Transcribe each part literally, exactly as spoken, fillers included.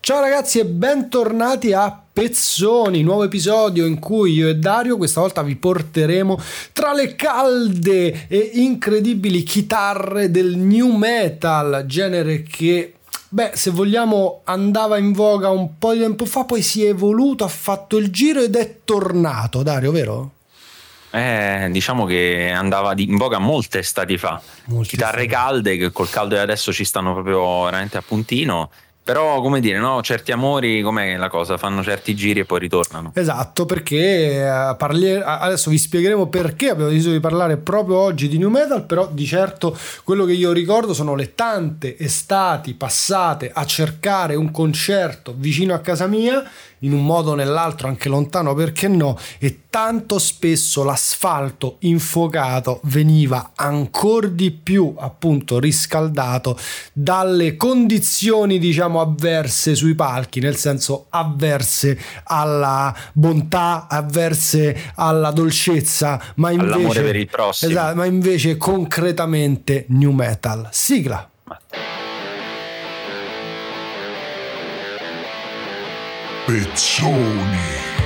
Ciao ragazzi e bentornati a Pezzoni, nuovo episodio in cui io e Dario questa volta vi porteremo tra le calde e incredibili chitarre del new metal, genere che, beh, se vogliamo andava in voga un po' di tempo fa, poi si è evoluto, ha fatto il giro ed è tornato. Dario, vero? Eh, diciamo che andava di, in voga molte estati fa. Molte chitarre stati. calde che col caldo di adesso ci stanno proprio veramente a puntino. Però, come dire, no? Certi amori, com'è la cosa? Fanno certi giri e poi ritornano. Esatto, perché uh, parli- adesso vi spiegheremo perché abbiamo deciso di parlare proprio oggi di new metal, però di certo quello che io ricordo sono le tante estati passate a cercare un concerto vicino a casa mia, in un modo o nell'altro, anche lontano, perché no, e tanto spesso l'asfalto infuocato veniva ancora di più appunto riscaldato dalle condizioni, diciamo, avverse sui palchi, nel senso avverse alla bontà, avverse alla dolcezza, ma invece all'amore per il prossimo. Esatto, ma invece concretamente new metal. Sigla. Pezzoni.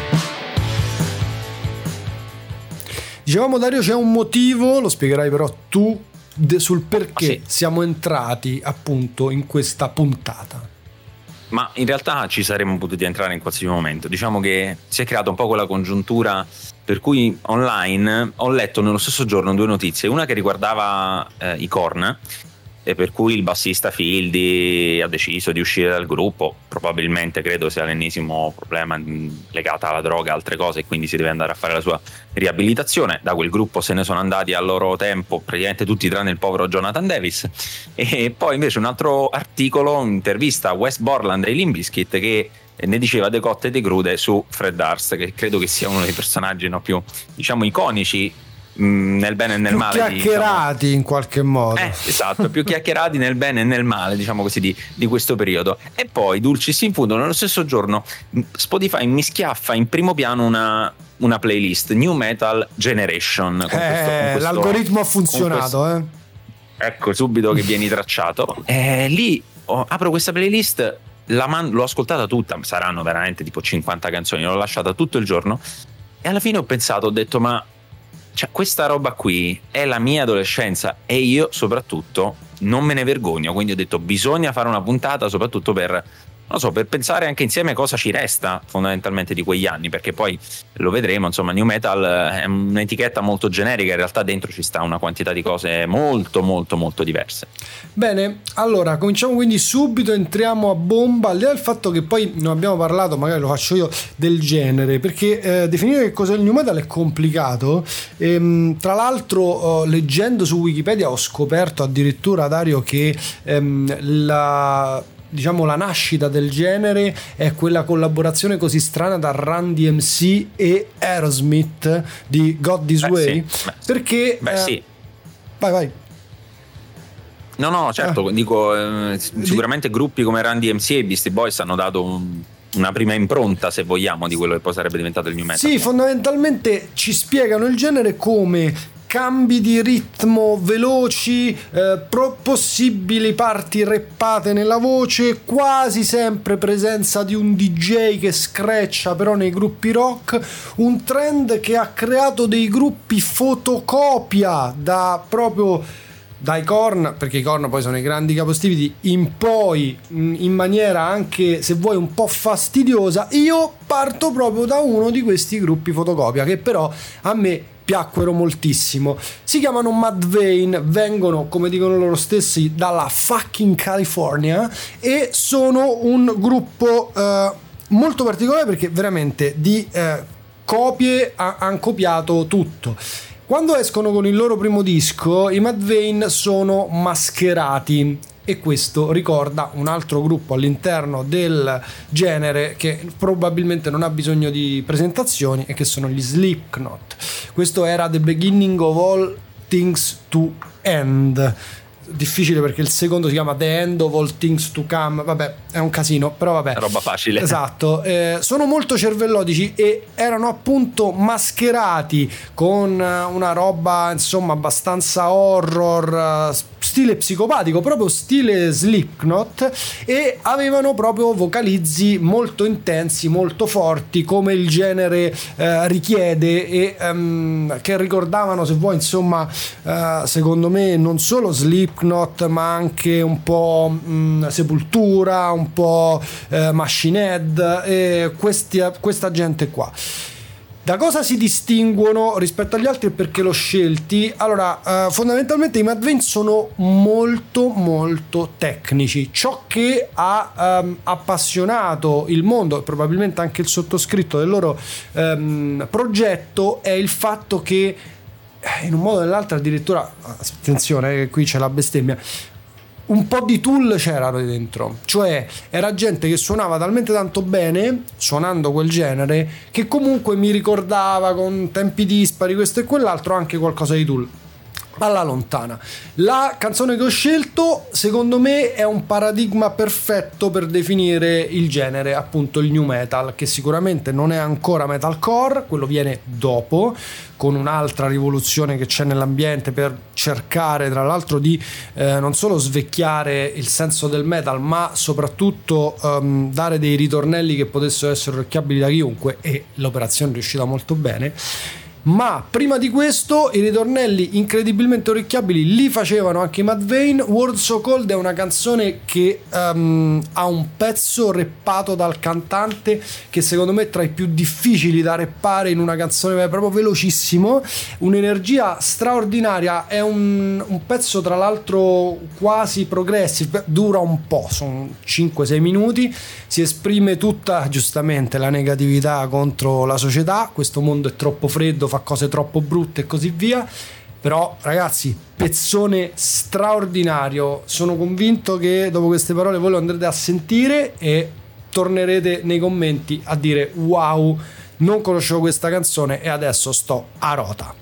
Dicevamo, Dario, c'è un motivo, lo spiegherai però tu, de- sul perché ah, sì. siamo entrati appunto in questa puntata. Ma in realtà ci saremmo potuti entrare in qualsiasi momento. Diciamo che si è creata un po' quella congiuntura per cui online ho letto nello stesso giorno due notizie, una che riguardava eh, i Korn, e per cui il bassista Fieldy ha deciso di uscire dal gruppo, probabilmente credo sia l'ennesimo problema legato alla droga, altre cose, e quindi si deve andare a fare la sua riabilitazione. Da quel gruppo se ne sono andati al loro tempo praticamente tutti tranne il povero Jonathan Davis. E poi invece un altro articolo, intervista a Wes Borland e Limp Bizkit, che ne diceva de cotte e de crude su Fred Durst, che credo che sia uno dei personaggi no, più, diciamo, iconici nel bene e nel più male, chiacchierati, diciamo, in qualche modo, eh, esatto, più chiacchierati nel bene e nel male, diciamo così, di, di questo periodo. E poi, dulcis in fundo, nello stesso giorno Spotify mi schiaffa in primo piano una, una playlist New Metal Generation con eh, questo, con questo, l'algoritmo ha funzionato, questo, eh. Ecco subito che vieni tracciato. E lì oh, apro questa playlist, la man- l'ho ascoltata tutta, saranno veramente tipo cinquanta canzoni, l'ho lasciata tutto il giorno e alla fine ho pensato, ho detto, ma cioè, questa roba qui è la mia adolescenza e io soprattutto non me ne vergogno, quindi ho detto bisogna fare una puntata soprattutto per, non so, per pensare anche insieme cosa ci resta fondamentalmente di quegli anni, perché poi lo vedremo, insomma, new metal è un'etichetta molto generica, in realtà dentro ci sta una quantità di cose molto molto molto diverse. Bene, allora cominciamo quindi subito, entriamo a bomba, al di là del fatto che poi non abbiamo parlato, magari lo faccio io, del genere, perché eh, definire che cos'è il new metal è complicato. Ehm, tra l'altro eh, leggendo su Wikipedia ho scoperto addirittura, Dario, che ehm, la diciamo la nascita del genere è quella collaborazione così strana da Run D M C e Aerosmith di God This beh, Way, sì. beh, perché beh, eh, sì. vai vai no no certo eh. dico eh, sicuramente di... gruppi come Run D M C e Beastie Boys hanno dato un una prima impronta, se vogliamo, di quello che poi sarebbe diventato il new metal. Sì, fondamentalmente ci spiegano il genere come cambi di ritmo veloci, eh, pro- possibili parti reppate nella voce, quasi sempre presenza di un D J che screccia però nei gruppi rock, un trend che ha creato dei gruppi fotocopia da proprio dai Korn, perché i Korn poi sono i grandi capostipiti, in poi in maniera anche, se vuoi, un po' fastidiosa. Io parto proprio da uno di questi gruppi fotocopia che però a me piacquero moltissimo. Si chiamano Mudvayne, vengono, come dicono loro stessi, dalla fucking California e sono un gruppo eh, molto particolare perché veramente di eh, copie ha- hanno copiato tutto. Quando escono con il loro primo disco, i Mudvayne sono mascherati e questo ricorda un altro gruppo all'interno del genere che probabilmente non ha bisogno di presentazioni e che sono gli Slipknot. Questo era The Beginning of All Things to End. Difficile perché il secondo si chiama The End of All Things to Come, vabbè, è un casino, però vabbè, roba facile. Esatto, eh, sono molto cervellotici e erano appunto mascherati con una roba insomma abbastanza horror, stile psicopatico, proprio stile Slipknot, e avevano proprio vocalizzi molto intensi, molto forti, come il genere eh, richiede, e um, che ricordavano, se vuoi, insomma, uh, secondo me non solo Slipknot ma anche un po' mh, Sepultura, un po' uh, Machine Head, e questi, questa gente qua. Da cosa si distinguono rispetto agli altri e perché l'ho scelti? Allora, eh, fondamentalmente i Mudvayne sono molto molto tecnici. Ciò che ha ehm, appassionato il mondo, e probabilmente anche il sottoscritto del loro ehm, progetto, è il fatto che in un modo o nell'altro, addirittura, attenzione, eh, qui c'è la bestemmia, un po' di Tool c'erano dentro, cioè era gente che suonava talmente tanto bene suonando quel genere che comunque mi ricordava, con tempi dispari, questo e quell'altro, anche qualcosa di Tool alla lontana. La canzone che ho scelto, secondo me, è un paradigma perfetto per definire il genere, appunto il new metal, che sicuramente non è ancora metalcore, quello viene dopo, con un'altra rivoluzione che c'è nell'ambiente per cercare, tra l'altro, di eh, non solo svecchiare il senso del metal, ma soprattutto um, dare dei ritornelli che potessero essere orecchiabili da chiunque, e l'operazione è riuscita molto bene. Ma prima di questo i ritornelli incredibilmente orecchiabili li facevano anche i Mudvayne. World So Cold è una canzone che um, ha un pezzo rappato dal cantante che secondo me è tra i più difficili da rappare in una canzone, è proprio velocissimo, un'energia straordinaria, è un, un pezzo tra l'altro quasi progressive, dura un po', sono cinque sei minuti, si esprime tutta, giustamente, la negatività contro la società, questo mondo è troppo freddo, fa cose troppo brutte e così via. Però ragazzi, pezzone straordinario, sono convinto che dopo queste parole voi lo andrete a sentire e tornerete nei commenti a dire wow, non conoscevo questa canzone e adesso sto a rota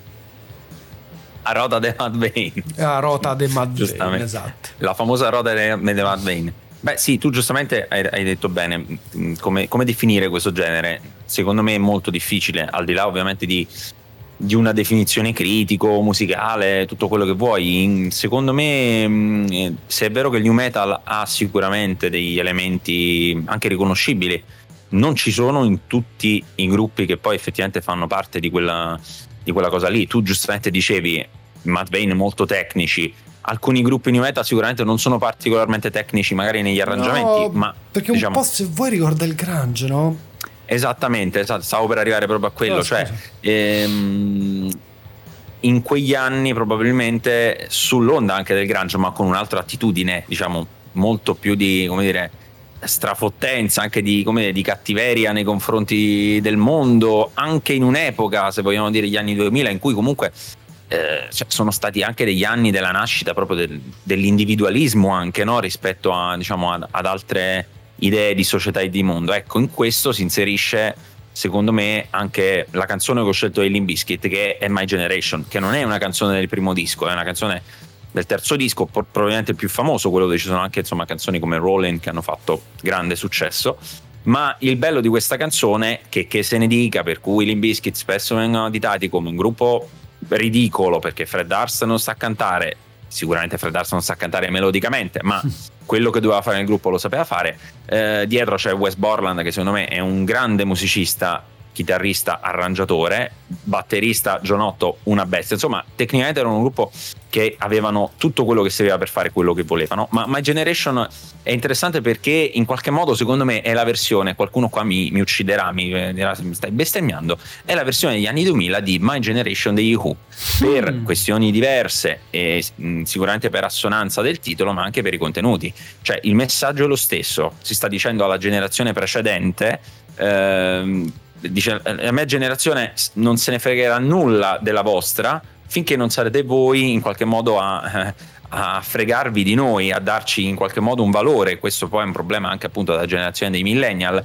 a rota dei Mudvayne, a rota dei Mudvayne, esatto, la famosa rota dei Mudvayne. Beh sì, tu giustamente hai, hai detto bene, come, come definire questo genere. Secondo me è molto difficile, al di là ovviamente di, di una definizione critico, musicale, tutto quello che vuoi. Secondo me, se è vero che il new metal ha sicuramente degli elementi anche riconoscibili, non ci sono in tutti i gruppi che poi effettivamente fanno parte di quella, di quella cosa lì. Tu giustamente dicevi Mudvayne molto tecnici, alcuni gruppi new metal sicuramente non sono particolarmente tecnici magari negli arrangiamenti, no, ma perché diciamo, un po', se vuoi, ricorda il grunge, no? Esattamente, esatto, stavo per arrivare proprio a quello, no, cioè ehm, in quegli anni probabilmente sull'onda anche del grunge, ma con un'altra attitudine, diciamo molto più di, come dire, strafottenza, anche di, come dire, di cattiveria nei confronti del mondo, anche in un'epoca, se vogliamo dire gli anni duemila, in cui comunque Eh, cioè sono stati anche degli anni della nascita proprio del, dell'individualismo anche, no? Rispetto a, diciamo, ad, ad altre idee di società e di mondo. Ecco, in questo si inserisce secondo me anche la canzone che ho scelto di Limp Bizkit, che è My Generation, che non è una canzone del primo disco, è una canzone del terzo disco, probabilmente il più famoso, quello dove ci sono anche, insomma, canzoni come Rollin' che hanno fatto grande successo. Ma il bello di questa canzone, che, che se ne dica, per cui Limp Bizkit spesso vengono additati come un gruppo ridicolo perché Fred Durst non sa cantare, sicuramente Fred Durst non sa cantare melodicamente, ma quello che doveva fare nel gruppo lo sapeva fare. Eh, dietro c'è Wes Borland, che secondo me è un grande musicista, chitarrista, arrangiatore, batterista John Otto, una bestia. Insomma, tecnicamente erano un gruppo che avevano tutto quello che serviva per fare quello che volevano. Ma My Generation è interessante perché in qualche modo, secondo me, è la versione, qualcuno qua mi, mi ucciderà, mi, mi stai bestemmiando, è la versione degli anni duemila di My Generation degli Who, per mm. questioni diverse e mh, sicuramente per assonanza del titolo, ma anche per i contenuti. Cioè il messaggio è lo stesso, si sta dicendo alla generazione precedente, ehm, dice, la mia generazione non se ne fregherà nulla della vostra finché non sarete voi in qualche modo a, a fregarvi di noi, a darci in qualche modo un valore. Questo poi è un problema anche appunto della generazione dei millennial,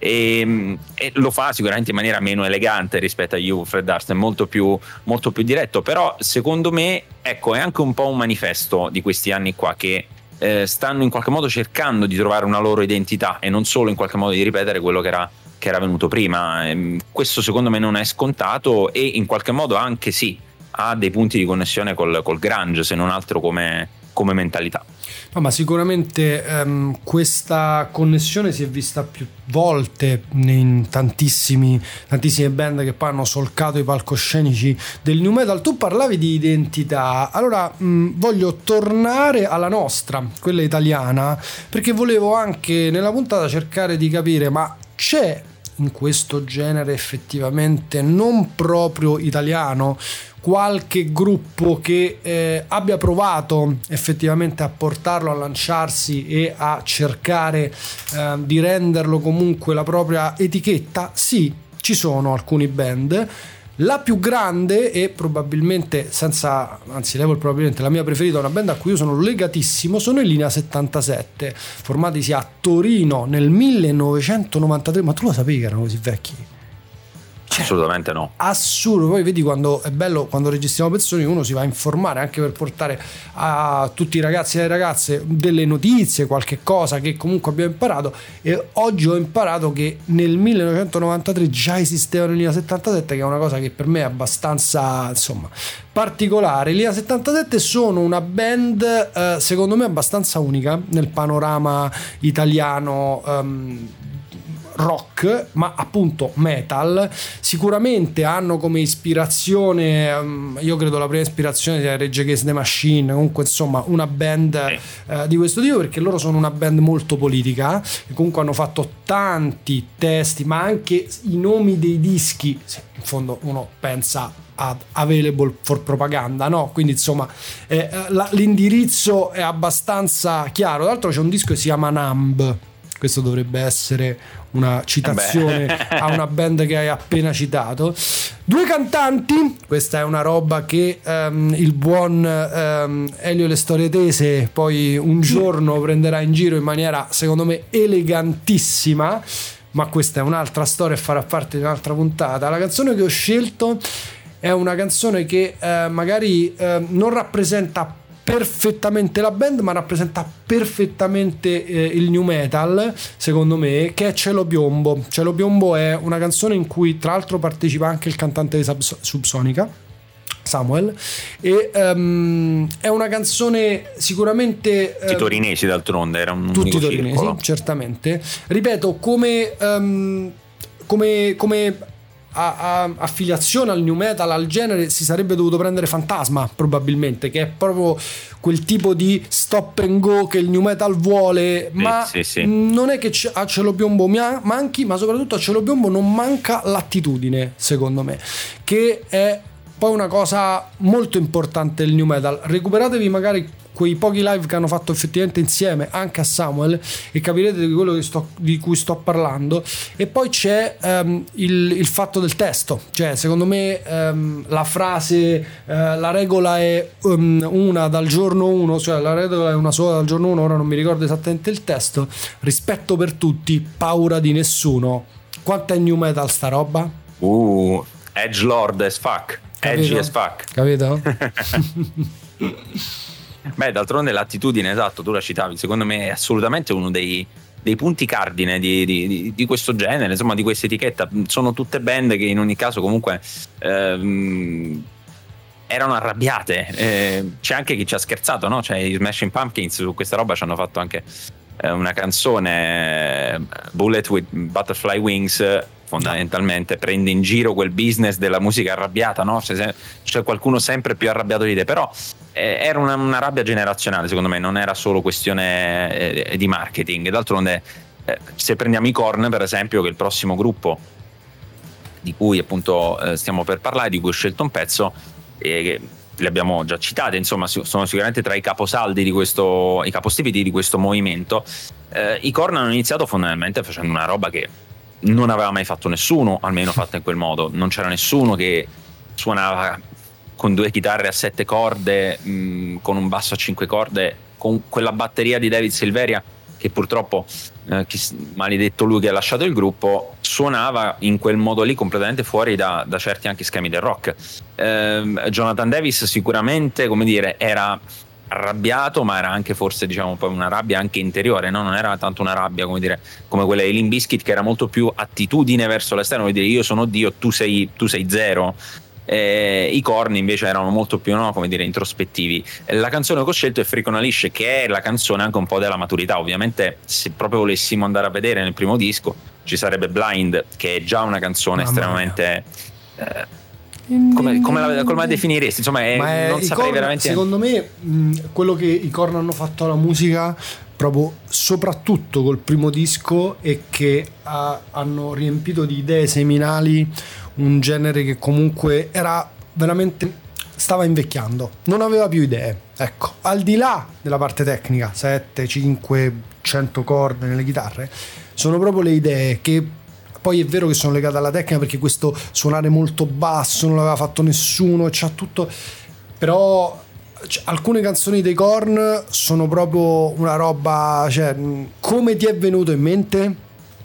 e, e lo fa sicuramente in maniera meno elegante rispetto a You, Fred Durst è molto più, molto più diretto, però secondo me, ecco, è anche un po' un manifesto di questi anni qua, che eh, stanno in qualche modo cercando di trovare una loro identità e non solo in qualche modo di ripetere quello che era che era venuto prima. Questo secondo me non è scontato e in qualche modo anche sì ha dei punti di connessione col, col grunge, se non altro come, come mentalità. No, ma sicuramente ehm, questa connessione si è vista più volte in tantissimi, tantissime band che poi hanno solcato i palcoscenici del new metal. Tu parlavi di identità, allora mh, voglio tornare alla nostra, quella italiana, perché volevo anche nella puntata cercare di capire, ma c'è in questo genere effettivamente non proprio italiano qualche gruppo che eh, abbia provato effettivamente a portarlo a lanciarsi e a cercare eh, di renderlo comunque la propria etichetta? Sì, ci sono alcuni band. La più grande e probabilmente senza, anzi levo probabilmente la mia preferita, una band a cui io sono legatissimo, sono i Linea settantasette, formatisi a Torino nel millenovecentonovantatré. Ma tu lo sapevi che erano così vecchi? Cioè, assolutamente no. Assurdo. Poi vedi quando è bello, quando registriamo persone, uno si va a informare anche per portare a tutti i ragazzi e le ragazze delle notizie, qualche cosa che comunque abbiamo imparato. E oggi ho imparato che nel millenovecentonovantatré già esistevano i Linea settantasette, che è una cosa che per me è abbastanza, insomma, particolare. I Linea settantasette sono una band eh, secondo me abbastanza unica nel panorama italiano um, rock, ma appunto metal. Sicuramente hanno come ispirazione, um, io credo la prima ispirazione sia Rage Against the Machine, comunque insomma una band eh, di questo tipo, perché loro sono una band molto politica e comunque hanno fatto tanti testi, ma anche i nomi dei dischi, in fondo uno pensa ad Available for Propaganda, no? Quindi insomma eh, la, l'indirizzo è abbastanza chiaro. Tra l'altro c'è un disco che si chiama Numb. Questo dovrebbe essere una citazione eh a una band che hai appena citato. Due cantanti, questa è una roba che um, il buon um, Elio Le Storie Tese poi un giorno prenderà in giro in maniera secondo me elegantissima, ma questa è un'altra storia e farà parte di un'altra puntata. La canzone che ho scelto è una canzone che eh, magari eh, non rappresenta perfettamente la band, ma rappresenta perfettamente eh, il new metal, secondo me, che è Cielo Piombo. Cielo Piombo è una canzone in cui tra l'altro partecipa anche il cantante di Subs- Subsonica, Samuel, e um, è una canzone sicuramente um, i torinesi, d'altronde era un tutti torinesi, circolo. Certamente, ripeto, come um, come come A, a, affiliazione al new metal, al genere, si sarebbe dovuto prendere Fantasma, probabilmente, che è proprio quel tipo di stop and go che il new metal vuole, sì, ma sì, sì. non è che a Cielo Piombo manchi, ma soprattutto a Cielo Piombo non manca l'attitudine, secondo me, che è poi una cosa molto importante del new metal. Recuperatevi magari quei pochi live che hanno fatto effettivamente insieme anche a Samuel e capirete di quello che sto, di cui sto parlando. E poi c'è um, il, il fatto del testo, cioè secondo me um, la frase uh, la regola è um, una dal giorno uno, cioè la regola è una sola dal giorno uno, ora non mi ricordo esattamente il testo, rispetto per tutti, paura di nessuno. Quanto è new metal sta roba? Uh, edgelord as fuck, edgy as fuck, capito? Beh, d'altronde l'attitudine, esatto, tu la citavi, secondo me è assolutamente uno dei, dei punti cardine di, di, di questo genere, insomma, di questa etichetta. Sono tutte band che in ogni caso comunque ehm, erano arrabbiate. Eh, c'è anche chi ci ha scherzato, no? Cioè i Smashing Pumpkins su questa roba ci hanno fatto anche eh, una canzone, eh, Bullet with Butterfly Wings, fondamentalmente prende in giro quel business della musica arrabbiata, no? C'è, c'è qualcuno sempre più arrabbiato di te, però eh, era una, una rabbia generazionale, secondo me, non era solo questione eh, di marketing. D'altronde eh, se prendiamo i Korn, per esempio, che è il prossimo gruppo di cui appunto eh, stiamo per parlare, di cui ho scelto un pezzo, eh, che li abbiamo già citate, insomma sono sicuramente tra i caposaldi di questo, i capostipiti di questo movimento. eh, I Korn hanno iniziato fondamentalmente facendo una roba che non aveva mai fatto nessuno, almeno fatta in quel modo. Non c'era nessuno che suonava con due chitarre a sette corde, mh, con un basso a cinque corde, con quella batteria di David Silveria che purtroppo eh, chi, maledetto lui che ha lasciato il gruppo, suonava in quel modo lì completamente fuori da, da certi anche schemi del rock. eh, Jonathan Davis sicuramente, come dire, era arrabbiato, ma era anche forse, diciamo, poi una rabbia anche interiore, no? Non era tanto una rabbia, come dire, come quella di Limp Bizkit, che era molto più attitudine verso l'esterno, vuol dire io sono Dio, tu sei, tu sei zero. Eh, i Korn invece erano molto più, no, come dire, introspettivi. La canzone che ho scelto è Freak on a Leash, che è la canzone anche un po' della maturità. Ovviamente, se proprio volessimo andare a vedere nel primo disco, ci sarebbe Blind, che è già una canzone Mamma estremamente eh, come, come, la, come la definiresti? Insomma, è, è, non saprei Korn, veramente. Secondo me mh, quello che i Korn hanno fatto alla musica proprio soprattutto col primo disco è che ha, hanno riempito di idee seminali un genere che comunque era veramente, stava invecchiando, non aveva più idee, ecco, al di là della parte tecnica, sette, cinque, cento corde nelle chitarre, sono proprio le idee che poi è vero che sono legate alla tecnica, perché questo suonare molto basso non l'aveva fatto nessuno, c'ha tutto, però cioè, alcune canzoni dei Korn sono proprio una roba, cioè, come ti è venuto in mente?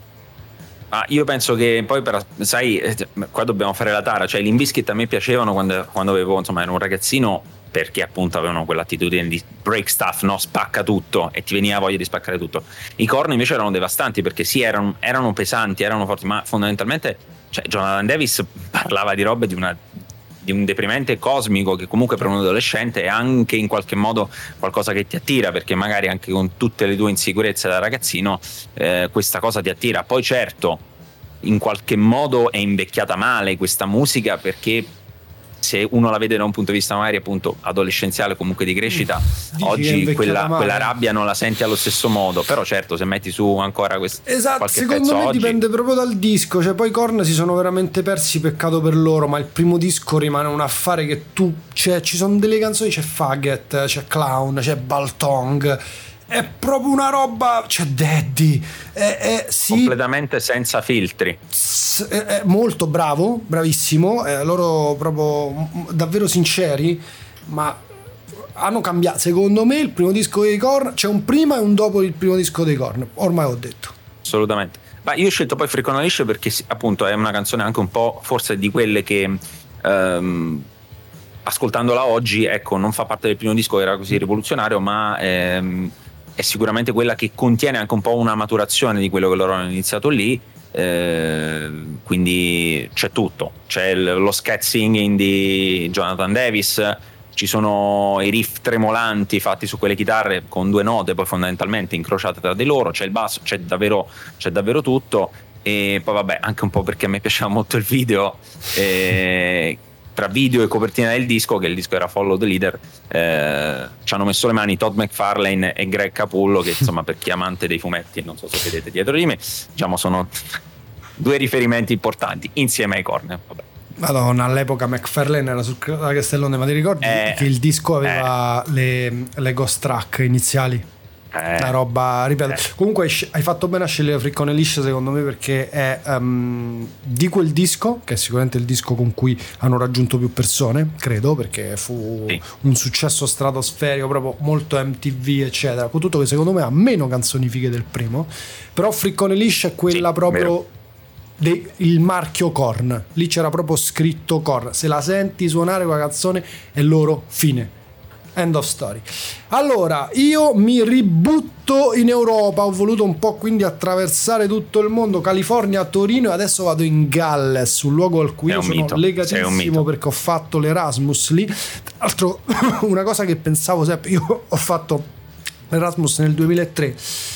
Ah, io penso che poi per, sai, qua dobbiamo fare la tara, cioè i Limp Bizkit a me piacevano quando, quando avevo, insomma, ero un ragazzino, perché appunto avevano quell'attitudine di break stuff, no, spacca tutto, e ti veniva voglia di spaccare tutto. I Korn invece erano devastanti, perché sì, erano, erano pesanti, erano forti, ma fondamentalmente, cioè, Jonathan Davis parlava di robe di una di un deprimente cosmico, che comunque per un adolescente è anche in qualche modo qualcosa che ti attira, perché magari anche con tutte le tue insicurezze da ragazzino eh, questa cosa ti attira. Poi certo, in qualche modo è invecchiata male questa musica, perché se uno la vede da un punto di vista magari appunto adolescenziale, comunque di crescita, Dici oggi quella, quella rabbia non la senti allo stesso modo. Però certo, se metti su ancora questo, esatto, qualche secondo pezzo me oggi, dipende proprio dal disco, cioè poi i Korn si sono veramente persi, peccato per loro, ma il primo disco rimane un affare che tu, cioè, ci sono delle canzoni, c'è Faggot, c'è Clown, c'è Baltong, è proprio una roba, c'è Daddy, è, è, sì, completamente senza filtri, è, è molto bravo, bravissimo, è, loro proprio davvero sinceri, ma hanno cambiato, secondo me il primo disco dei Korn, c'è un prima e un dopo il primo disco dei Korn, ormai ho detto. Assolutamente. Ma io ho scelto poi Freak on a Leash perché appunto è una canzone anche un po' forse di quelle che ehm, ascoltandola oggi, ecco, non fa parte del primo disco che era così rivoluzionario, ma ehm, è sicuramente quella che contiene anche un po' una maturazione di quello che loro hanno iniziato lì, eh, quindi c'è tutto, c'è lo scat singing di Jonathan Davis, ci sono i riff tremolanti fatti su quelle chitarre con due note poi fondamentalmente incrociate tra di loro, c'è il basso, c'è davvero, c'è davvero tutto. E poi vabbè, anche un po' perché a me piaceva molto il video, eh, tra video e copertina del disco, che il disco era Follow the Leader, eh, ci hanno messo le mani Todd McFarlane e Greg Capullo, che insomma, per chi è amante dei fumetti, non so se vedete dietro di me, diciamo sono due riferimenti importanti insieme ai Korn. Vabbè. Madonna, all'epoca McFarlane era sul Castellone, ma ti ricordi eh, che il disco aveva eh. le, le ghost track iniziali? Eh, una roba, ripeto, eh. comunque hai fatto bene a scegliere Freak on a Leash, secondo me, perché è um, di quel disco, che è sicuramente il disco con cui hanno raggiunto più persone, credo, perché fu sì. un successo stratosferico, proprio molto M T V eccetera, con tutto che secondo me ha meno canzoni fighe del primo, però Freak on a Leash è quella sì, proprio de, il marchio Korn, lì c'era proprio scritto Korn, se la senti suonare quella canzone è loro, fine, end of story. Allora io mi ributto in Europa, ho voluto un po' quindi attraversare tutto il mondo, California, Torino, e adesso vado in Galles, un luogo al cui io sono mito. legatissimo perché ho fatto l'Erasmus lì. Tra l'altro una cosa che pensavo sempre, io ho fatto l'Erasmus nel duemilatré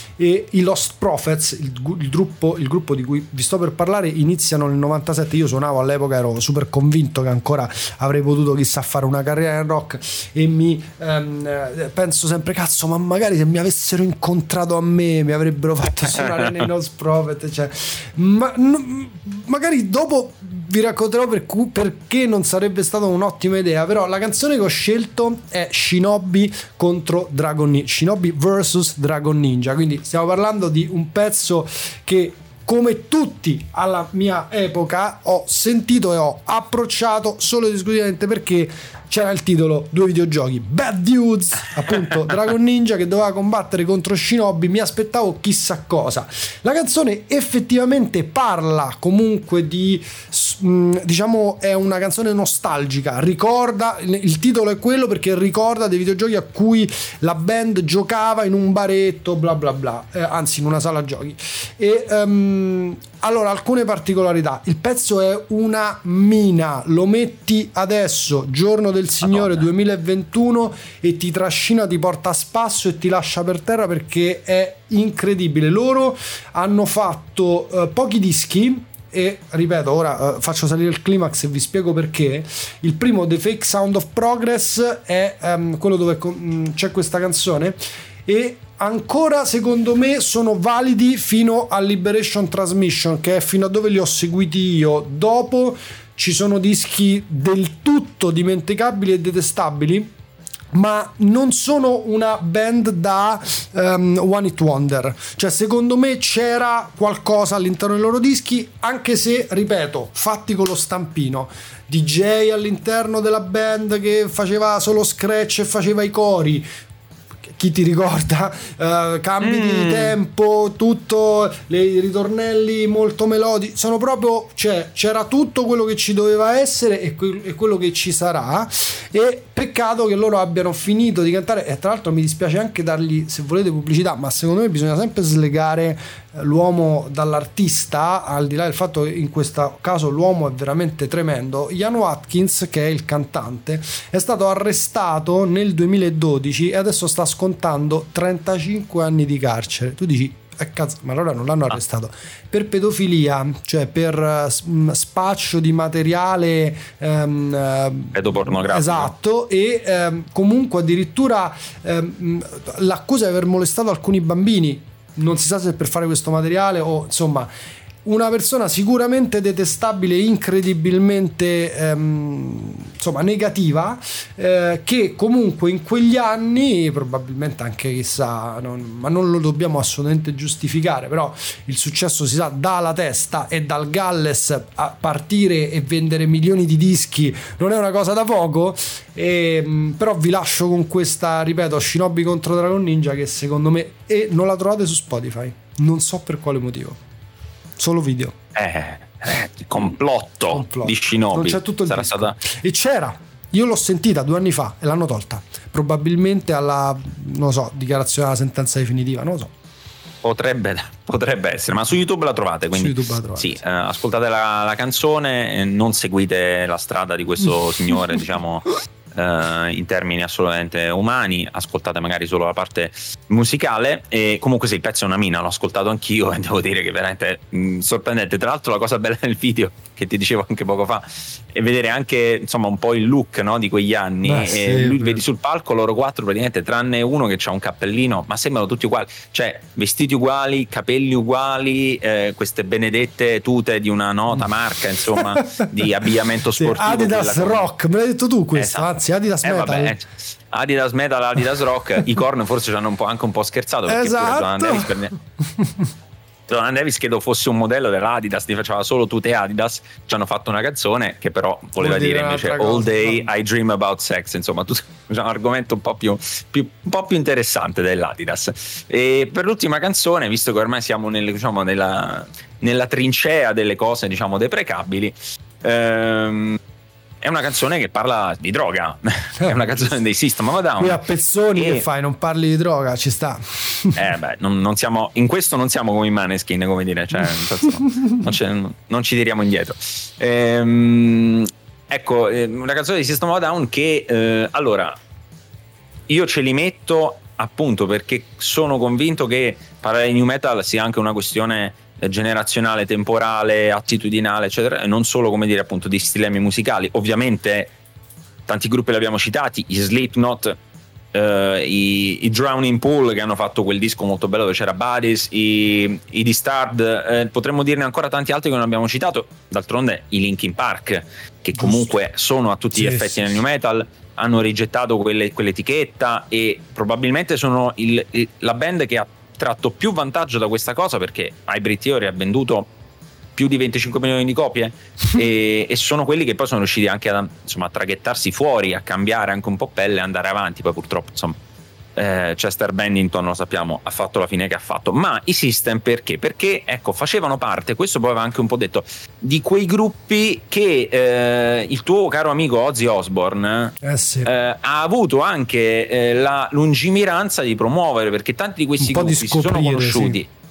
e i Lost Prophets, il, il, gruppo, il gruppo di cui vi sto per parlare, iniziano nel novantasette. Io suonavo all'epoca, ero super convinto che ancora avrei potuto chissà fare una carriera in rock, e mi ehm, penso sempre, cazzo, ma magari se mi avessero incontrato a me mi avrebbero fatto suonare nei Lost Prophets, cioè, ma, no, magari dopo vi racconterò per cui, perché non sarebbe stata un'ottima idea. Però la canzone che ho scelto è Shinobi contro Dragon Ninja, Shinobi versus Dragon Ninja, quindi stiamo parlando di un pezzo che, come tutti alla mia epoca, ho sentito e ho approcciato solo ed esclusivamente perché c'era il titolo, due videogiochi, Bad Dudes, appunto Dragon Ninja che doveva combattere contro Shinobi, mi aspettavo chissà cosa. La canzone effettivamente parla comunque di, diciamo, è una canzone nostalgica, ricorda, il titolo è quello perché ricorda dei videogiochi a cui la band giocava in un baretto, bla bla bla, eh, anzi in una sala giochi, e um, allora, alcune particolarità. Il pezzo è una mina, lo metti adesso, giorno del Signore Madonna. duemilaventuno, e ti trascina, ti porta a spasso e ti lascia per terra perché è incredibile. Loro hanno fatto uh, pochi dischi. E ripeto, ora uh, faccio salire il climax e vi spiego perché. Il primo, The Fake Sound of Progress, è um, quello dove um, c'è questa canzone, e ancora secondo me sono validi fino a Liberation Transmission, che è fino a dove li ho seguiti io. Dopo ci sono dischi del tutto dimenticabili e detestabili, ma non sono una band da um, one hit wonder. Cioè, secondo me c'era qualcosa all'interno dei loro dischi, anche se, ripeto, fatti con lo stampino. D J all'interno della band che faceva solo scratch e faceva i cori. Chi ti ricorda? Uh, cambi mm. di tempo, tutto, i ritornelli molto melodici, sono proprio, cioè c'era tutto quello che ci doveva essere e, que- e quello che ci sarà. E peccato che loro abbiano finito di cantare, e tra l'altro mi dispiace anche dargli, se volete, pubblicità, ma secondo me bisogna sempre slegare l'uomo dall'artista, al di là del fatto che in questo caso l'uomo è veramente tremendo. Ian Watkins, che è il cantante, è stato arrestato nel duemiladodici e adesso sta scontando trentacinque anni di carcere. Tu dici, eh, cazzo, ma allora non l'hanno arrestato per pedofilia, cioè per uh, spaccio di materiale um, pedopornografico. Esatto. E um, comunque addirittura um, l'accusa è di aver molestato alcuni bambini. Non si sa se per fare questo materiale o, insomma, una persona sicuramente detestabile, incredibilmente ehm, insomma negativa, eh, che comunque in quegli anni, probabilmente anche chissà, non, ma non lo dobbiamo assolutamente giustificare, però il successo si sa dalla testa, e dal Galles a partire e vendere milioni di dischi non è una cosa da poco. E, però vi lascio con questa, ripeto, Shinobi contro Dragon Ninja, che secondo me, e non la trovate su Spotify, non so per quale motivo, solo video. Eh, eh complotto, complotto di Shinobi. Non c'è tutto il Sarà disco. Stata... E c'era, io l'ho sentita due anni fa e l'hanno tolta, probabilmente alla, non so, dichiarazione della sentenza definitiva, non lo so. Potrebbe, potrebbe essere, ma su YouTube la trovate, quindi su YouTube la trovate, sì, sì. Eh, ascoltate la, la canzone e non seguite la strada di questo signore, diciamo, eh, in termini assolutamente umani. Ascoltate magari solo la parte musicale. E comunque sì, il pezzo è una mina, l'ho ascoltato anch'io e devo dire che è veramente mh, sorprendente. Tra l'altro la cosa bella del video, che ti dicevo anche poco fa, è vedere anche, insomma, un po' il look, no, di quegli anni. Beh, e sì, lui beh. vedi sul palco loro quattro praticamente, tranne uno che ha un cappellino, ma sembrano tutti uguali, cioè vestiti uguali, capelli uguali, eh, queste benedette tute di una nota marca, insomma, di abbigliamento sportivo. Sì, Adidas Rock, me l'hai detto tu questo, esatto. Anzi Adidas eh, Metal. Vabbè, Adidas Metal, Adidas Rock. I Korn forse ci hanno un po', anche un po' scherzato, perché esatto. pure Jonathan Davis, per me, Jonathan Davis credo fosse un modello dell'Adidas, ti faceva solo tute Adidas. Ci hanno fatto una canzone che però voleva dire, dire invece all day I dream about sex, insomma tutto un argomento un po' più, più, un po' più interessante dell'Adidas. E per l'ultima canzone, visto che ormai siamo nel, diciamo, nella, nella trincea delle cose, diciamo, deprecabili, ehm, è una canzone che parla di droga, è una canzone dei System of a Down. Qui a pezzoni, e... che fai? Non parli di droga, ci sta. Eh beh, non, non siamo, in questo non siamo come i Maneskin, come dire, cioè, non, non ci tiriamo indietro. Ehm, ecco, una canzone di System of a Down che, eh, allora, io ce li metto appunto perché sono convinto che parlare di new metal sia anche una questione generazionale, temporale, attitudinale, eccetera, e non solo, come dire, appunto, di stilemi musicali. Ovviamente tanti gruppi li abbiamo citati, i Slipknot, eh, i, i Drowning Pool, che hanno fatto quel disco molto bello dove c'era Buddies, i, i Disturbed, eh, potremmo dirne ancora tanti altri che non abbiamo citato. D'altronde i Linkin Park, che comunque sono a tutti gli sì, effetti sì, nel new metal, hanno rigettato quelle, quell'etichetta e probabilmente sono il, il, la band che ha tratto più vantaggio da questa cosa, perché Hybrid Theory ha venduto più di venticinque milioni di copie e, e sono quelli che poi sono riusciti anche a, insomma, a traghettarsi fuori, a cambiare anche un po' pelle e andare avanti. Poi purtroppo, insomma, eh, Chester Bennington, lo sappiamo, ha fatto la fine che ha fatto. Ma i System perché? Perché ecco, facevano parte, questo poi aveva anche un po' detto, di quei gruppi che eh, il tuo caro amico Ozzy Osbourne eh sì. eh, ha avuto anche eh, la lungimiranza di promuovere, perché tanti di questi gruppi si sono conosciuti. Sì.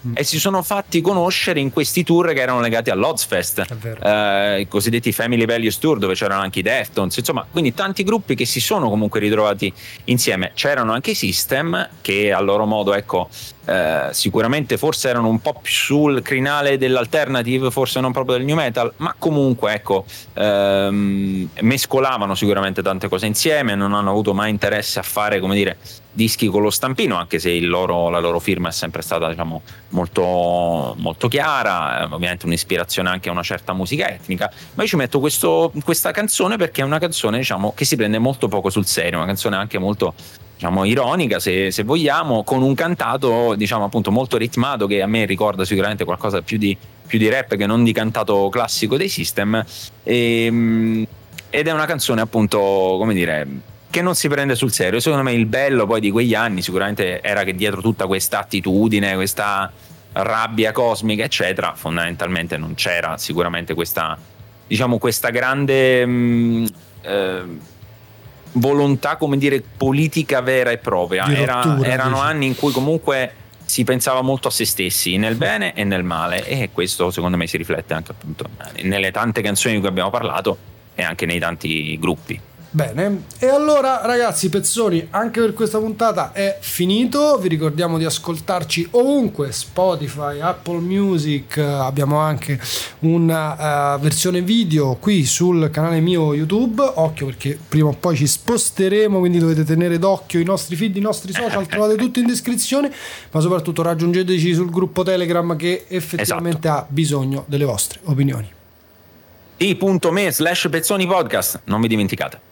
mm. e si sono fatti conoscere in questi tour che erano legati all'Ozzfest, eh, i cosiddetti Family Values Tour, dove c'erano anche i Deftones, insomma, quindi tanti gruppi che si sono comunque ritrovati insieme. C'erano anche i System che a loro modo, ecco, eh, sicuramente forse erano un po' più sul crinale dell'alternative, forse non proprio del new metal, ma comunque, ecco, ehm, mescolavano sicuramente tante cose insieme, non hanno avuto mai interesse a fare, come dire, dischi con lo stampino, anche se il loro, la loro firma è sempre stata, diciamo, molto, molto chiara, ovviamente un'ispirazione anche a una certa musica etnica. Ma io ci metto questo, questa canzone perché è una canzone, diciamo, che si prende molto poco sul serio, una canzone anche molto, diciamo, ironica, se, se vogliamo, con un cantato, diciamo, appunto molto ritmato, che a me ricorda sicuramente qualcosa più di, più di rap che non di cantato classico dei System, e, ed è una canzone, appunto, come dire, che non si prende sul serio. Secondo me il bello poi di quegli anni sicuramente era che dietro tutta questa attitudine, questa rabbia cosmica, eccetera, fondamentalmente non c'era sicuramente questa, diciamo, questa grande mh, eh, volontà, come dire, politica vera e propria. Era, rottura, erano dici. Anni in cui comunque si pensava molto a se stessi, nel bene e nel male, e questo secondo me si riflette anche, appunto, nelle tante canzoni di cui abbiamo parlato e anche nei tanti gruppi. Bene, e allora ragazzi, pezzoni, anche per questa puntata è finito. Vi ricordiamo di ascoltarci ovunque, Spotify, Apple Music, abbiamo anche una uh, versione video qui sul canale mio YouTube. Occhio, perché prima o poi ci sposteremo, quindi dovete tenere d'occhio i nostri feed, i nostri social, trovate tutto in descrizione, ma soprattutto raggiungeteci sul gruppo Telegram che effettivamente esatto. ha bisogno delle vostre opinioni. i punto me slash pezzoni podcast, non vi dimenticate.